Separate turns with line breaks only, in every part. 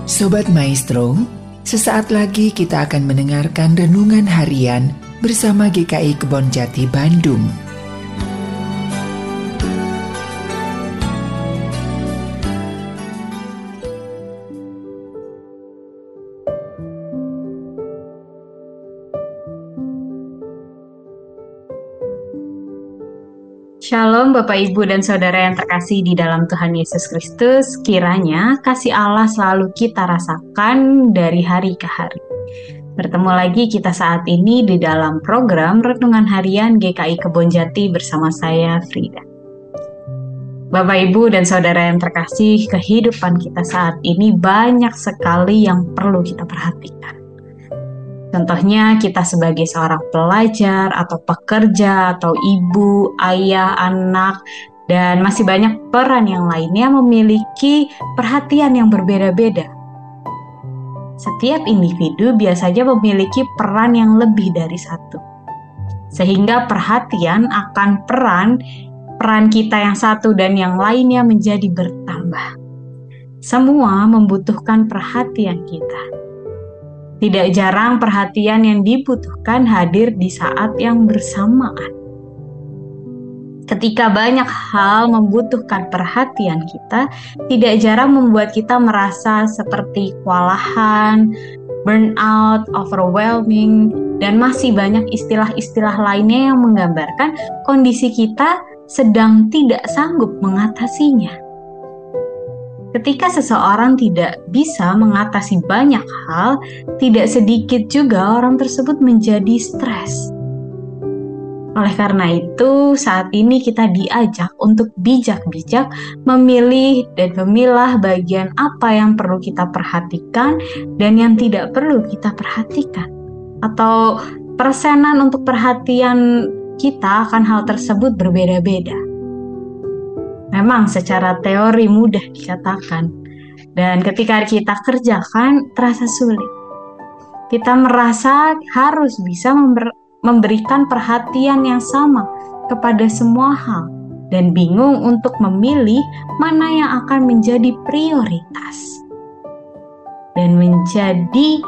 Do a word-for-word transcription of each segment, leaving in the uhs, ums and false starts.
Sobat Maestro, sesaat lagi kita akan mendengarkan renungan harian bersama G K I Kebonjati Bandung.
Shalom Bapak Ibu dan Saudara yang terkasih di dalam Tuhan Yesus Kristus, kiranya kasih Allah selalu kita rasakan dari hari ke hari. Bertemu lagi kita saat ini di dalam program Renungan Harian G K I Kebonjati bersama saya Frida. Bapak Ibu dan Saudara yang terkasih, kehidupan kita saat ini banyak sekali yang perlu kita perhatikan. Contohnya kita sebagai seorang pelajar atau pekerja atau ibu, ayah, anak, dan masih banyak peran yang lainnya memiliki perhatian yang berbeda-beda. Setiap individu biasanya memiliki peran yang lebih dari satu. Sehingga perhatian akan peran peran kita yang satu dan yang lainnya menjadi bertambah. Semua membutuhkan perhatian kita. Tidak jarang perhatian yang dibutuhkan hadir di saat yang bersamaan. Ketika banyak hal membutuhkan perhatian kita, tidak jarang membuat kita merasa seperti kewalahan, burnout, overwhelming, dan masih banyak istilah-istilah lainnya yang menggambarkan kondisi kita sedang tidak sanggup mengatasinya. Ketika seseorang tidak bisa mengatasi banyak hal, tidak sedikit juga orang tersebut menjadi stres. Oleh karena itu, saat ini kita diajak untuk bijak-bijak memilih dan memilah bagian apa yang perlu kita perhatikan dan yang tidak perlu kita perhatikan. Atau persenan untuk perhatian kita akan hal tersebut berbeda-beda. Memang secara teori mudah dikatakan, dan ketika kita kerjakan terasa sulit. Kita merasa harus bisa member- memberikan perhatian yang sama kepada semua hal, dan bingung untuk memilih mana yang akan menjadi prioritas. Dan menjadi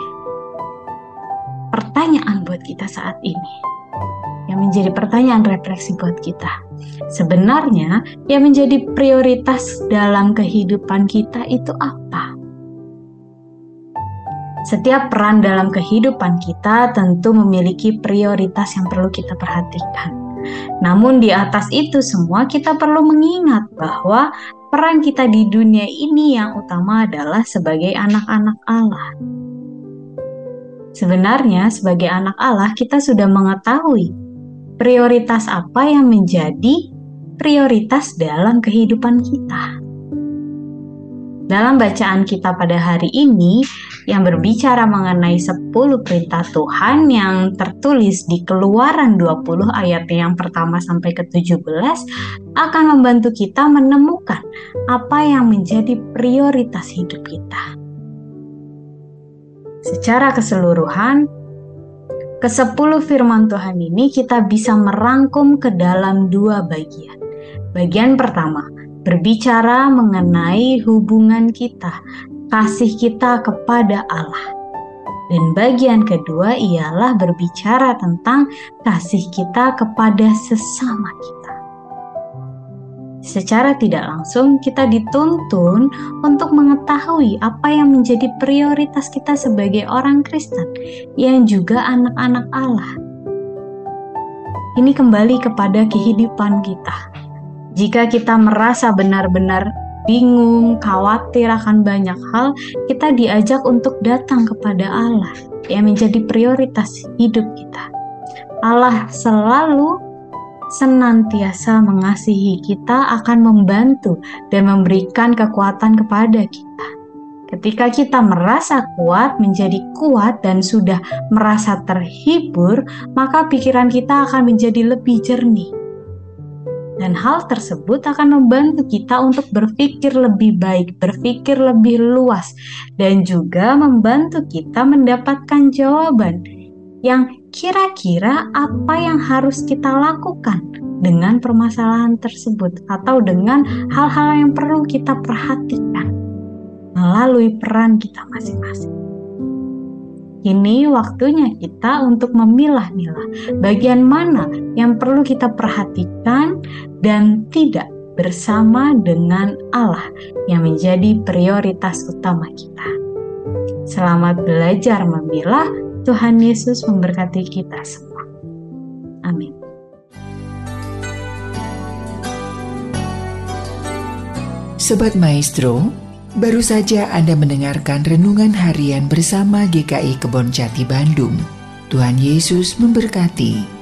pertanyaan buat kita saat ini, yang menjadi pertanyaan refleksi buat kita. Sebenarnya yang menjadi prioritas dalam kehidupan kita itu apa? Setiap peran dalam kehidupan kita tentu memiliki prioritas yang perlu kita perhatikan. Namun di atas itu semua kita perlu mengingat bahwa peran kita di dunia ini yang utama adalah sebagai anak-anak Allah. Sebenarnya sebagai anak Allah kita sudah mengetahui prioritas apa yang menjadi prioritas dalam kehidupan kita. Dalam bacaan kita pada hari ini yang berbicara mengenai sepuluh perintah Tuhan yang tertulis di Keluaran dua puluh ayat yang pertama sampai ke tujuh belas akan membantu kita menemukan apa yang menjadi prioritas hidup kita. Secara keseluruhan, kesepuluh firman Tuhan ini kita bisa merangkum ke dalam dua bagian. Bagian pertama, berbicara mengenai hubungan kita, kasih kita kepada Allah. Dan bagian kedua ialah berbicara tentang kasih kita kepada sesama kita. Secara tidak langsung kita dituntun untuk mengetahui apa yang menjadi prioritas kita sebagai orang Kristen yang juga anak-anak Allah. Ini kembali kepada kehidupan kita. Jika kita merasa benar-benar bingung, khawatir akan banyak hal, kita diajak untuk datang kepada Allah yang menjadi prioritas hidup kita. Allah selalu senantiasa mengasihi kita, akan membantu dan memberikan kekuatan kepada kita. Ketika kita merasa kuat, menjadi kuat dan sudah merasa terhibur, maka pikiran kita akan menjadi lebih jernih. Dan hal tersebut akan membantu kita untuk berpikir lebih baik, berpikir lebih luas, dan juga membantu kita mendapatkan jawaban yang kira-kira apa yang harus kita lakukan dengan permasalahan tersebut atau dengan hal-hal yang perlu kita perhatikan. melalui peran kita masing-masing. Kini waktunya kita untuk memilah-milah bagian mana yang perlu kita perhatikan dan tidak bersama dengan Allah yang menjadi prioritas utama kita. Selamat belajar memilah. Tuhan Yesus memberkati kita semua. Amin.
Sobat Maestro, baru saja Anda mendengarkan Renungan Harian bersama G K I Kebon Jati Bandung. Tuhan Yesus memberkati.